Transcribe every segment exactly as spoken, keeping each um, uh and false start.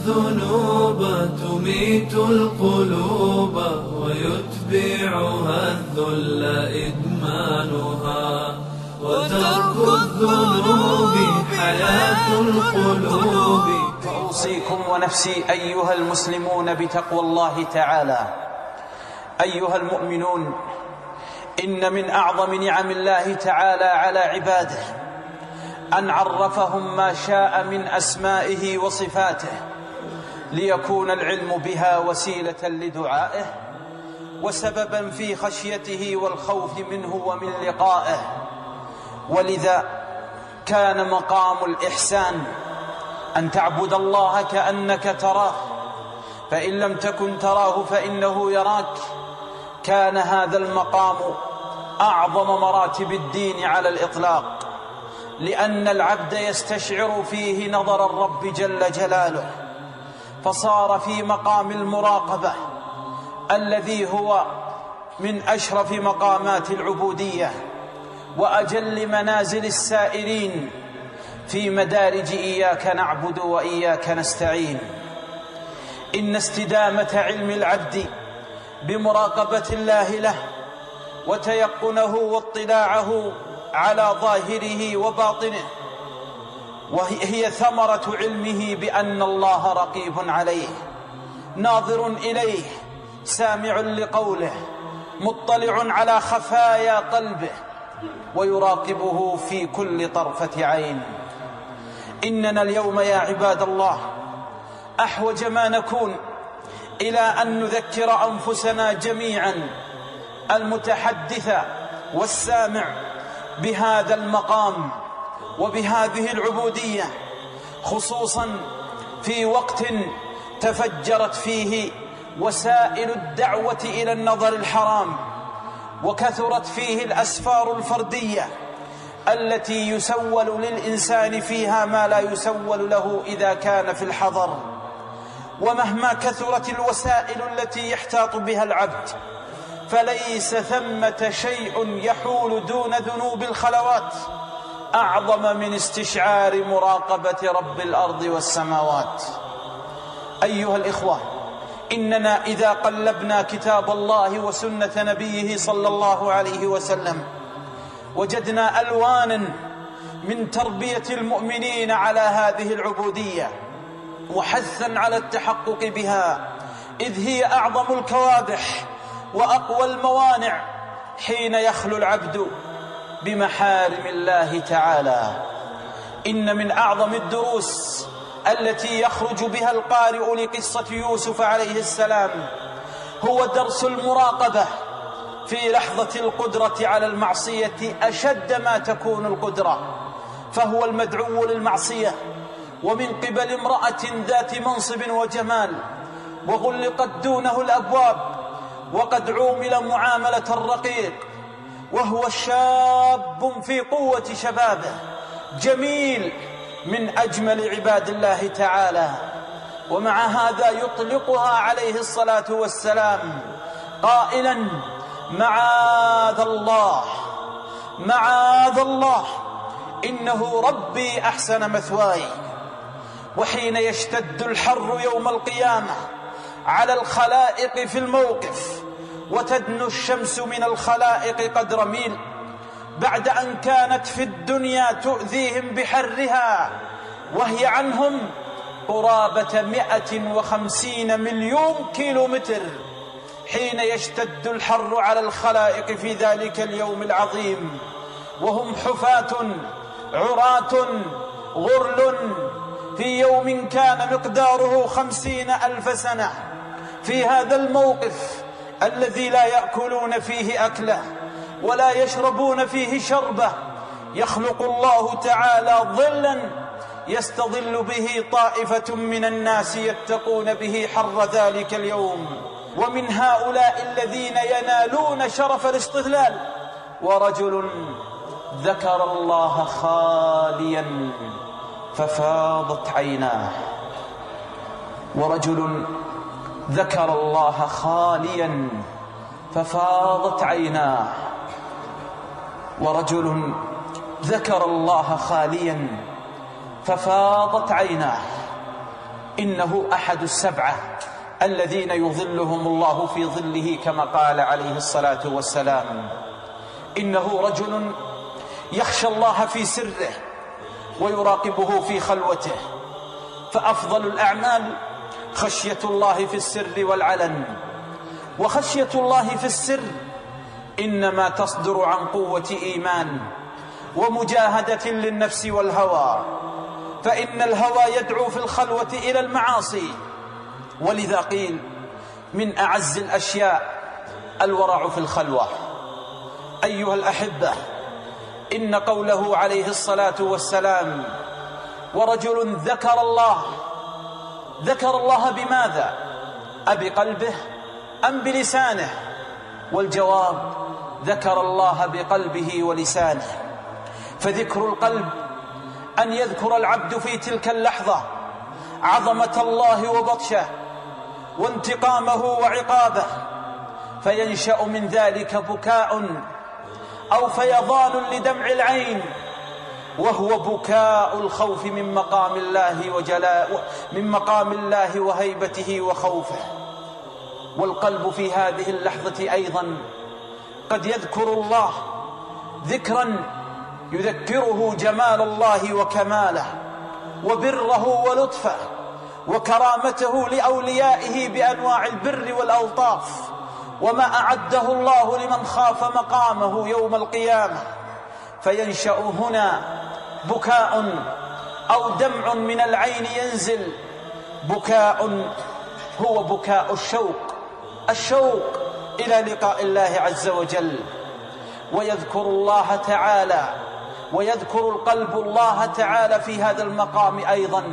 الذنوب تميت القلوب ويتبعها الذل إدمانها، وترك الذنوب حياة القلوب. فأوصيكم ونفسي أيها المسلمون بتقوى الله تعالى. أيها المؤمنون، إن من أعظم نعم الله تعالى على عباده أن عرفهم ما شاء من أسمائه وصفاته، ليكون العلم بها وسيلة لدعائه وسببا في خشيته والخوف منه ومن لقائه. ولذا كان مقام الإحسان أن تعبد الله كأنك تراه، فإن لم تكن تراه فإنه يراك. كان هذا المقام أعظم مراتب الدين على الإطلاق، لأن العبد يستشعر فيه نظر الرب جل جلاله، فصار في مقام المراقبة الذي هو من أشرف مقامات العبودية وأجل منازل السائرين في مدارج إياك نعبد وإياك نستعين. إن استدامة علم العبد بمراقبة الله له وتيقنه واطلاعه على ظاهره وباطنه، وهي ثمرة علمه بأن الله رقيب عليه، ناظر إليه، سامع لقوله، مطلع على خفايا قلبه، ويراقبه في كل طرفة عين. إننا اليوم يا عباد الله أحوج ما نكون إلى أن نذكر أنفسنا جميعا، المتحدث والسامع، بهذا المقام وبهذه العبودية، خصوصا في وقت تفجرت فيه وسائل الدعوة إلى النظر الحرام، وكثرت فيه الأسفار الفردية التي يسول للإنسان فيها ما لا يسول له إذا كان في الحضر. ومهما كثرت الوسائل التي يحتاط بها العبد، فليس ثمة شيء يحول دون ذنوب الخلوات أعظم من استشعار مراقبة رب الأرض والسماوات. أيها الإخوة، إننا إذا قلبنا كتاب الله وسنة نبيه صلى الله عليه وسلم وجدنا ألوانا من تربية المؤمنين على هذه العبودية وحثا على التحقق بها، إذ هي أعظم الكوابح وأقوى الموانع حين يخلو العبد بمحارم الله تعالى. إن من أعظم الدروس التي يخرج بها القارئ لقصة يوسف عليه السلام هو درس المراقبة في لحظة القدرة على المعصية أشد ما تكون القدرة، فهو المدعو للمعصية ومن قبل امرأة ذات منصب وجمال، وغلقت دونه الأبواب، وقد عومل معاملة الرقيق، وهو شاب في قوة شبابه، جميل من أجمل عباد الله تعالى، ومع هذا يطلقها عليه الصلاة والسلام قائلا: معاذ الله معاذ الله إنه ربي أحسن مثواي. وحين يشتد الحر يوم القيامة على الخلائق في الموقف وتدنو الشمس من الخلائق قدر ميل، بعد أن كانت في الدنيا تؤذيهم بحرها وهي عنهم قرابة مئة وخمسين مليون كيلو متر، حين يشتد الحر على الخلائق في ذلك اليوم العظيم وهم حفاة عراة غرل في يوم كان مقداره خمسين ألف سنة، في هذا الموقف الذي لا يأكلون فيه أكله ولا يشربون فيه شربة، يخلق الله تعالى ظلا يستظل به طائفة من الناس يتقون به حر ذلك اليوم. ومن هؤلاء الذين ينالون شرف الاستظلال ورجل ذكر الله خاليا ففاضت عيناه، ورجل ذكر الله خاليا ففاضت عيناه، ورجل ذكر الله خاليا ففاضت عيناه، إنه أحد السبعة الذين يظلهم الله في ظله كما قال عليه الصلاة والسلام. إنه رجل يخشى الله في سره ويراقبه في خلوته، فأفضل الأعمال خشية الله في السر والعلن. وخشية الله في السر إنما تصدر عن قوة إيمان ومجاهدة للنفس والهوى، فإن الهوى يدعو في الخلوة إلى المعاصي، ولذا قيل من أعز الأشياء الورع في الخلوة. أيها الأحبة، إن قوله عليه الصلاة والسلام ورجل ذكر الله، ذكر الله بماذا؟ أبقلبه أم بلسانه؟ والجواب ذكر الله بقلبه ولسانه. فذكر القلب أن يذكر العبد في تلك اللحظة عظمة الله وبطشه وانتقامه وعقابه، فينشأ من ذلك بكاء أو فيضان لدمع العين، وهو بكاء الخوف من مقام الله وجلاء من مقام الله وهيبته وخوفه. والقلب في هذه اللحظة أيضا قد يذكر الله ذكرا يذكره جمال الله وكماله وبره ولطفه وكرامته لأوليائه بأنواع البر والألطاف، وما أعده الله لمن خاف مقامه يوم القيامة. فينشأ هنا بكاء أو دمع من العين ينزل، بكاء هو بكاء الشوق، الشوق إلى لقاء الله عز وجل. ويذكر الله تعالى ويذكر القلب الله تعالى في هذا المقام أيضا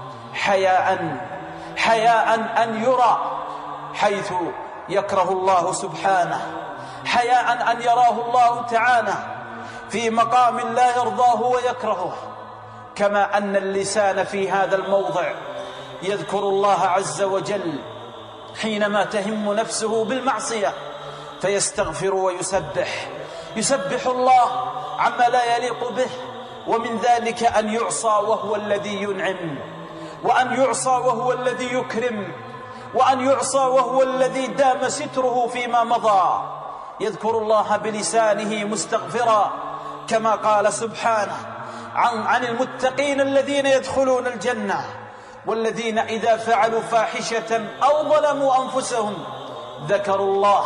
حياء، حياء أن يرى حيث يكره الله سبحانه، حياء أن يراه الله تعالى في مقام لا يرضاه ويكرهه. كما أن اللسان في هذا الموضع يذكر الله عز وجل حينما تهم نفسه بالمعصية فيستغفر ويسبح، يسبح الله عما لا يليق به، ومن ذلك أن يعصى وهو الذي ينعم، وأن يعصى وهو الذي يكرم، وأن يعصى وهو الذي دام ستره فيما مضى. يذكر الله بلسانه مستغفرا كما قال سبحانه عن, عن المتقين الذين يدخلون الجنة والذين إذا فعلوا فاحشة أو ظلموا أنفسهم ذكروا الله،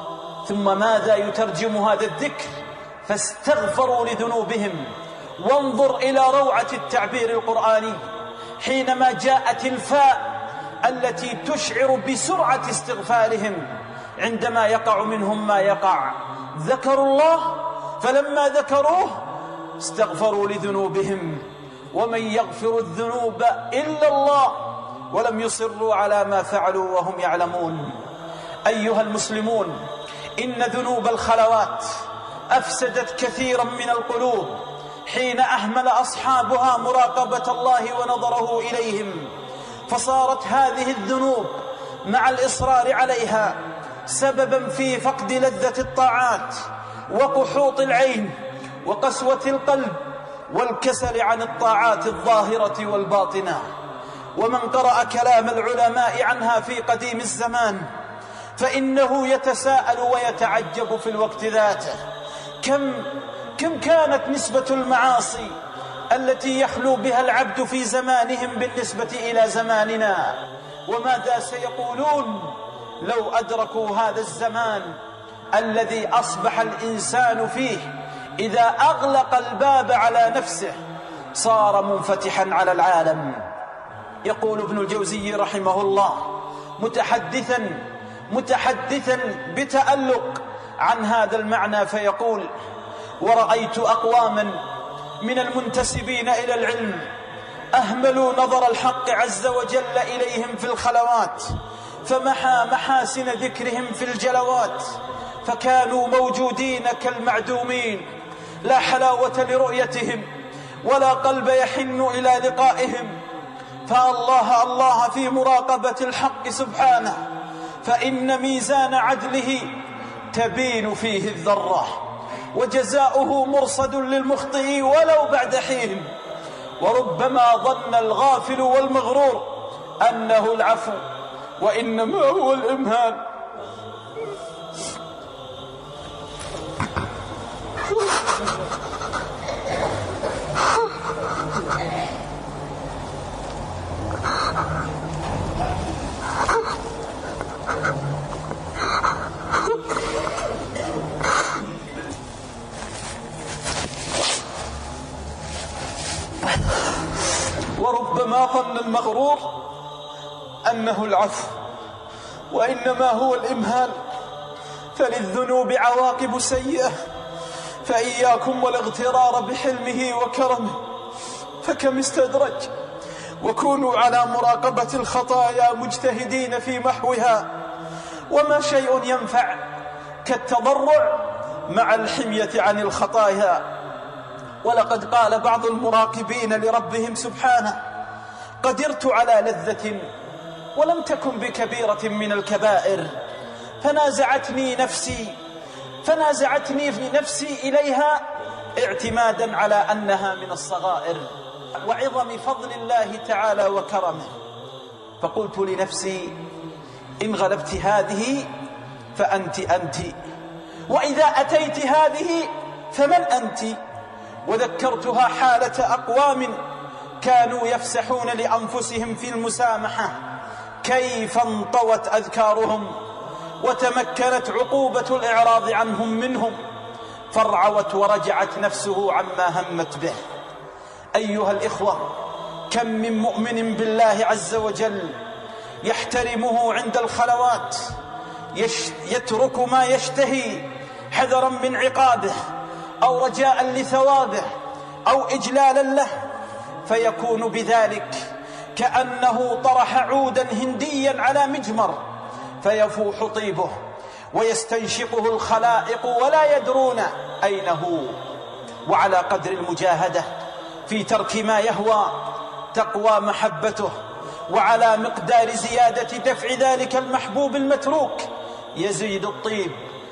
ثم ماذا يترجم هذا الذكر؟ فاستغفروا لذنوبهم. وانظر إلى روعة التعبير القرآني حينما جاءت الفاء التي تشعر بسرعة استغفارهم عندما يقع منهم ما يقع. ذكروا الله، فلما ذكروه استغفروا لذنوبهم، ومن يغفر الذنوب إلا الله، ولم يصروا على ما فعلوا وهم يعلمون. أيها المسلمون، إن ذنوب الخلوات أفسدت كثيرا من القلوب حين أهمل أصحابها مراقبة الله ونظره إليهم، فصارت هذه الذنوب مع الإصرار عليها سببا في فقد لذة الطاعات وقحوط العين وقسوة القلب والكسل عن الطاعات الظاهرة والباطنة. ومن قرأ كلام العلماء عنها في قديم الزمان فإنه يتساءل ويتعجب في الوقت ذاته، كم كم كانت نسبة المعاصي التي يخلو بها العبد في زمانهم بالنسبة إلى زماننا، وماذا سيقولون لو أدركوا هذا الزمان الذي أصبح الإنسان فيه إذا أغلق الباب على نفسه صار منفتحا على العالم. يقول ابن الجوزي رحمه الله متحدثا متحدثا بتألق عن هذا المعنى فيقول: ورأيت أقواما من المنتسبين إلى العلم أهملوا نظر الحق عز وجل إليهم في الخلوات، فمحى محاسن ذكرهم في الجلوات، فكانوا موجودين كالمعدومين، لا حلاوة لرؤيتهم ولا قلب يحن إلى لقائهم. فالله الله في مراقبة الحق سبحانه، فإن ميزان عدله تبين فيه الذرة، وجزاؤه مرصد للمخطئ ولو بعد حين. وربما ظن الغافل والمغرور أنه العفو وإنما هو الإمهال. وربما ظن المغرور أنه العفو وإنما هو الإمهال، فللذنوب عواقب سيئة، فإياكم والاغترار بحلمه وكرمه، فكم استدرج. وكونوا على مراقبة الخطايا مجتهدين في محوها، وما شيء ينفع كالتضرع مع الحمية عن الخطايا. ولقد قال بعض المراقبين لربهم سبحانه: قدرت على لذة ولم تكن بكبيرة من الكبائر، فنازعتني نفسي فنازعتني في نفسي إليها اعتمادا على أنها من الصغائر، وعظم فضل الله تعالى وكرمه. فقلت لنفسي: إن غلبت هذه فأنت أنت، وإذا أتيت هذه فمن أنت؟ وذكرتها حالة أقوام كانوا يفسحون لأنفسهم في المسامحة، كيف انطوت أذكارهم وتمكنت عقوبة الإعراض عنهم منهم، فارعوت ورجعت نفسه عما همت به. أيها الإخوة، كم من مؤمن بالله عز وجل يحترمه عند الخلوات، يترك ما يشتهي حذرا من عقابه أو رجاء لثوابه أو إجلالا له، فيكون بذلك كأنه طرح عودا هنديا على مجمر فيفوح طيبه ويستنشقه الخلائق ولا يدرون أين هو. وعلى قدر المجاهدة في ترك ما يهوى تقوى محبته، وعلى مقدار زيادة دفع ذلك المحبوب المتروك يزيد الطيب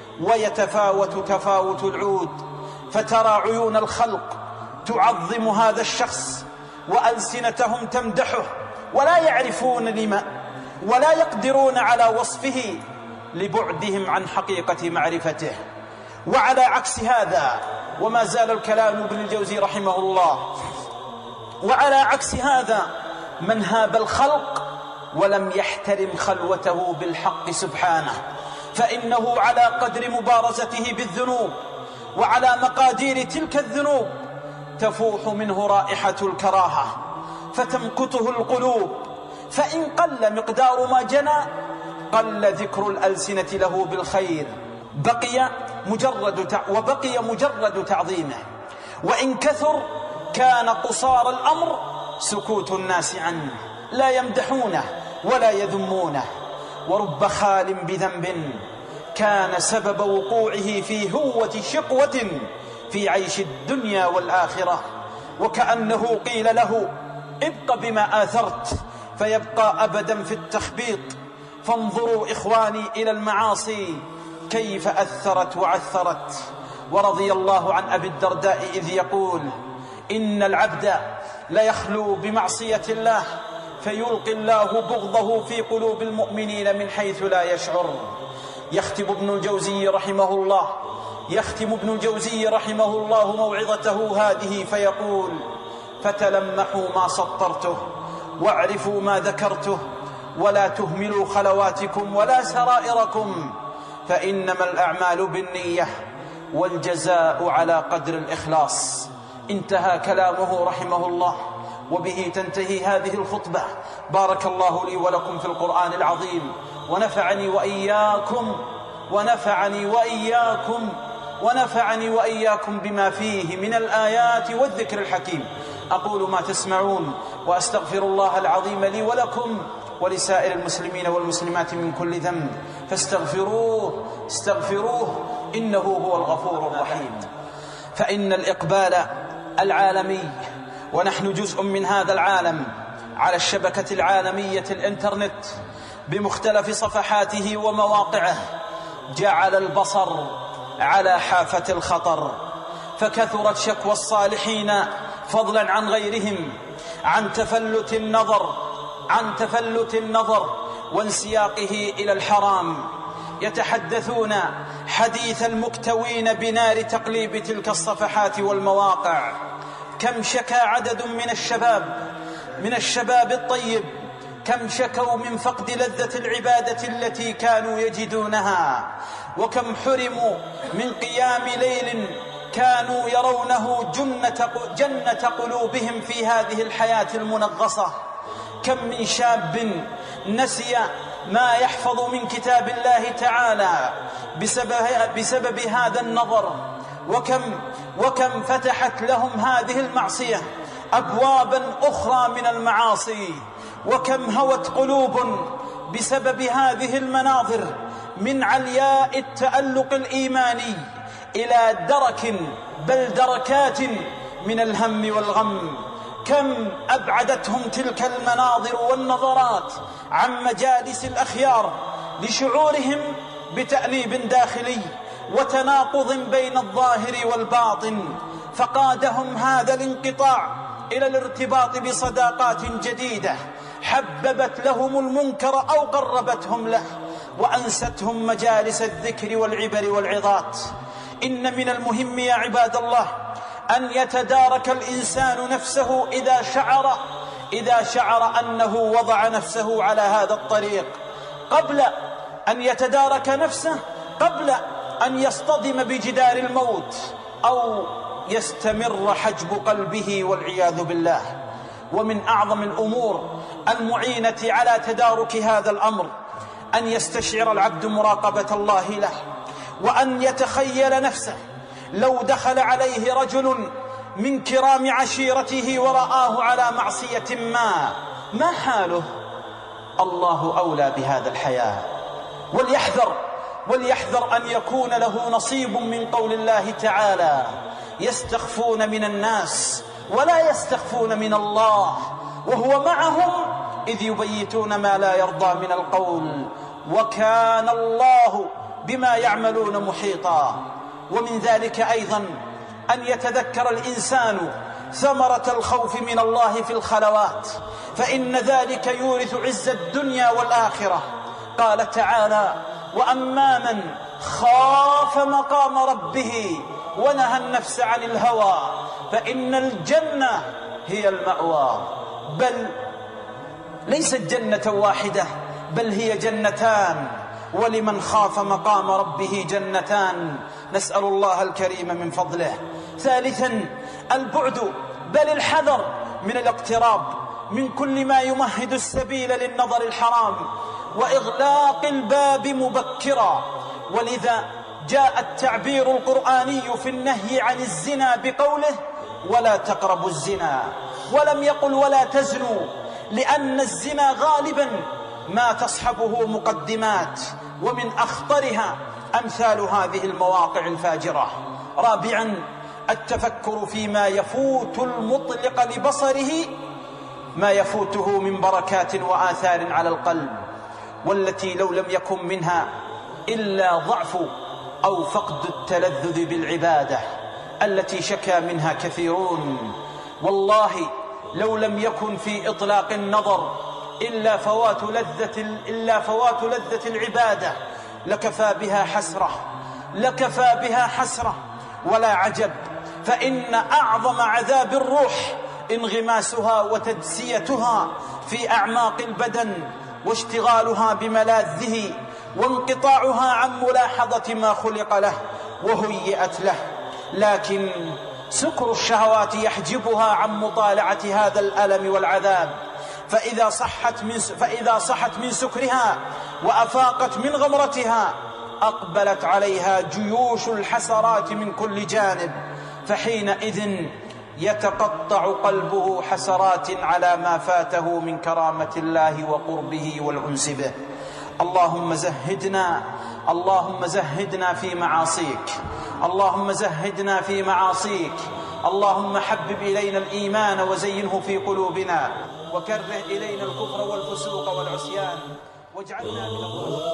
ويتفاوت تفاوت العود، فترى عيون الخلق تعظم هذا الشخص وألسنتهم تمدحه، ولا يعرفون لما ولا يقدرون على وصفه لبعدهم عن حقيقة معرفته. وعلى عكس هذا، وما زال الكلام ابن الجوزي رحمه الله، وعلى عكس هذا من هاب الخلق ولم يحترم خلوته بالحق سبحانه، فإنه على قدر مبارزته بالذنوب وعلى مقادير تلك الذنوب تفوح منه رائحة الكراهة فتمقته القلوب، فإن قل مقدار ما جنى قل ذكر الألسنة له بالخير بقي مجرد تع... وبقي مجرد تعظيمه، وإن كثر كان قصار الأمر سكوت الناس عنه، لا يمدحونه ولا يذمونه. ورب خال بذنب كان سبب وقوعه في هوة شقوة في عيش الدنيا والآخرة، وكأنه قيل له: ابق بما آثرت فيبقى أبدا في التخبيط. فانظروا إخواني إلى المعاصي كيف أثرت وعثرت. ورضي الله عن أبي الدرداء إذ يقول: إن العبد ليخلو بمعصية الله فيلقي الله بغضه في قلوب المؤمنين من حيث لا يشعر. يختم ابن الجوزي رحمه الله يختم ابن الجوزي رحمه الله موعظته هذه فيقول: فتلمحوا ما سطرته واعرفوا ما ذكرته، ولا تهملوا خلواتكم ولا سرائركم، فإنما الأعمال بالنية والجزاء على قدر الإخلاص. انتهى كلامه رحمه الله، وبه تنتهي هذه الخطبة. بارك الله لي ولكم في القرآن العظيم، ونفعني وإياكم ونفعني وإياكم ونفعني وإياكم بما فيه من الآيات والذكر الحكيم. أقول ما تسمعون وأستغفر الله العظيم لي ولكم ولسائر المسلمين والمسلمات من كل ذنب، فاستغفروه استغفروه إنه هو الغفور الرحيم. فإن الإقبال العالمي، ونحن جزء من هذا العالم، على الشبكة العالمية الإنترنت بمختلف صفحاته ومواقعه جعل البصر على حافة الخطر، فكثرت شكوى الصالحين فضلا عن غيرهم عن تفلت النظر عن تفلت النظر وانسياقه إلى الحرام، يتحدثون حديث المكتوين بنار تقليب تلك الصفحات والمواقع. كم شكى عدد من الشباب من الشباب الطيب، كم شكوا من فقد لذة العبادة التي كانوا يجدونها، وكم حرموا من قيام ليل كانوا يرونه جنة, جنة قلوبهم في هذه الحياة المنغصة. كم من شاب نسي ما يحفظ من كتاب الله تعالى بسبب, بسبب هذا النظر، وكم, وكم فتحت لهم هذه المعصية أبوابا أخرى من المعاصي، وكم هوت قلوب بسبب هذه المناظر من علياء التألق الإيماني إلى درك بل دركات من الهم والغم. كم أبعدتهم تلك المناظر والنظرات عن مجالس الأخيار لشعورهم بتأنيب داخلي وتناقض بين الظاهر والباطن، فقادهم هذا الانقطاع إلى الارتباط بصداقات جديدة حببت لهم المنكر أو قربتهم له، وأنستهم مجالس الذكر والعبر والعظات. إن من المهم يا عباد الله أن يتدارك الإنسان نفسه إذا شعر إذا شعر أنه وضع نفسه على هذا الطريق، قبل أن يتدارك نفسه، قبل أن يصطدم بجدار الموت أو يستمر حجب قلبه والعياذ بالله. ومن أعظم الأمور المعينة على تدارك هذا الأمر أن يستشعر العبد مراقبة الله له، وأن يتخيل نفسه لو دخل عليه رجل من كرام عشيرته ورآه على معصية ما ما حاله؟ الله أولى بهذا الحياء. وليحذر وليحذر أن يكون له نصيب من قول الله تعالى: يستخفون من الناس ولا يستخفون من الله وهو معهم إذ يبيتون ما لا يرضى من القول وكان الله بما يعملون محيطا. ومن ذلك أيضا أن يتذكر الإنسان ثمرة الخوف من الله في الخلوات، فإن ذلك يورث عز الدنيا والآخرة. قال تعالى: وأما من خاف مقام ربه ونهى النفس عن الهوى فإن الجنة هي المأوى. بل ليست جنة واحدة بل هي جنتان، ولمن خاف مقام ربه جنتان، نسأل الله الكريم من فضله. ثالثا البعد بل الحذر من الاقتراب من كل ما يمهد السبيل للنظر الحرام وإغلاق الباب مبكرا. ولذا جاء التعبير القرآني في النهي عن الزنا بقوله: ولا تقربوا الزنا، ولم يقل ولا تزنوا، لأن الزنا غالبا ما تصحبه مقدمات، ومن أخطرها أمثال هذه المواقع الفاجرة. رابعا التفكر فيما يفوت المطلق لبصره ما يفوته من بركات وآثار على القلب، والتي لو لم يكن منها إلا ضعف أو فقد التلذذ بالعبادة التي شكى منها كثيرون. والله لو لم يكن في إطلاق النظر إلا فوات لذة إلا فوات لذة العبادة لكفى بها حسرة لكفى بها حسرة. ولا عجب، فإن أعظم عذاب الروح انغماسها وتدسيتها في أعماق البدن واشتغالها بملاذه وانقطاعها عن ملاحظة ما خلق له وهيئت له. لكن سكر الشهوات يحجبها عن مطالعة هذا الألم والعذاب، فإذا صحت من فإذا صحت من سكرها وأفاقت من غمرتها أقبلت عليها جيوش الحسرات من كل جانب، فحينئذ يتقطع قلبه حسرات على ما فاته من كرامة الله وقربه والأنس به. اللهم زهدنا اللهم زهدنا في معاصيك اللهم زهدنا في معاصيك اللهم حبب إلينا الإيمان وزينه في قلوبنا وكره إلينا الكفر والفسوق والعصيان واجعلنا من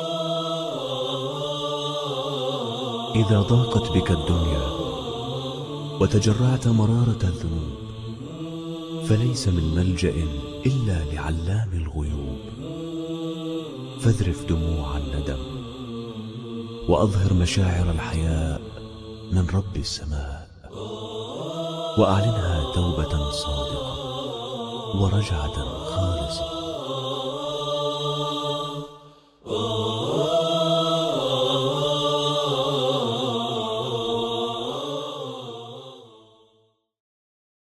إذا ضاقت بك الدنيا وتجرعت مرارة الذنوب فليس من ملجأ إلا لعلام الغيوب. فاذرف دموع الندم وأظهر مشاعر الحياء من رب السماء، وأعلنها توبة صادقة ورجعة خالصة.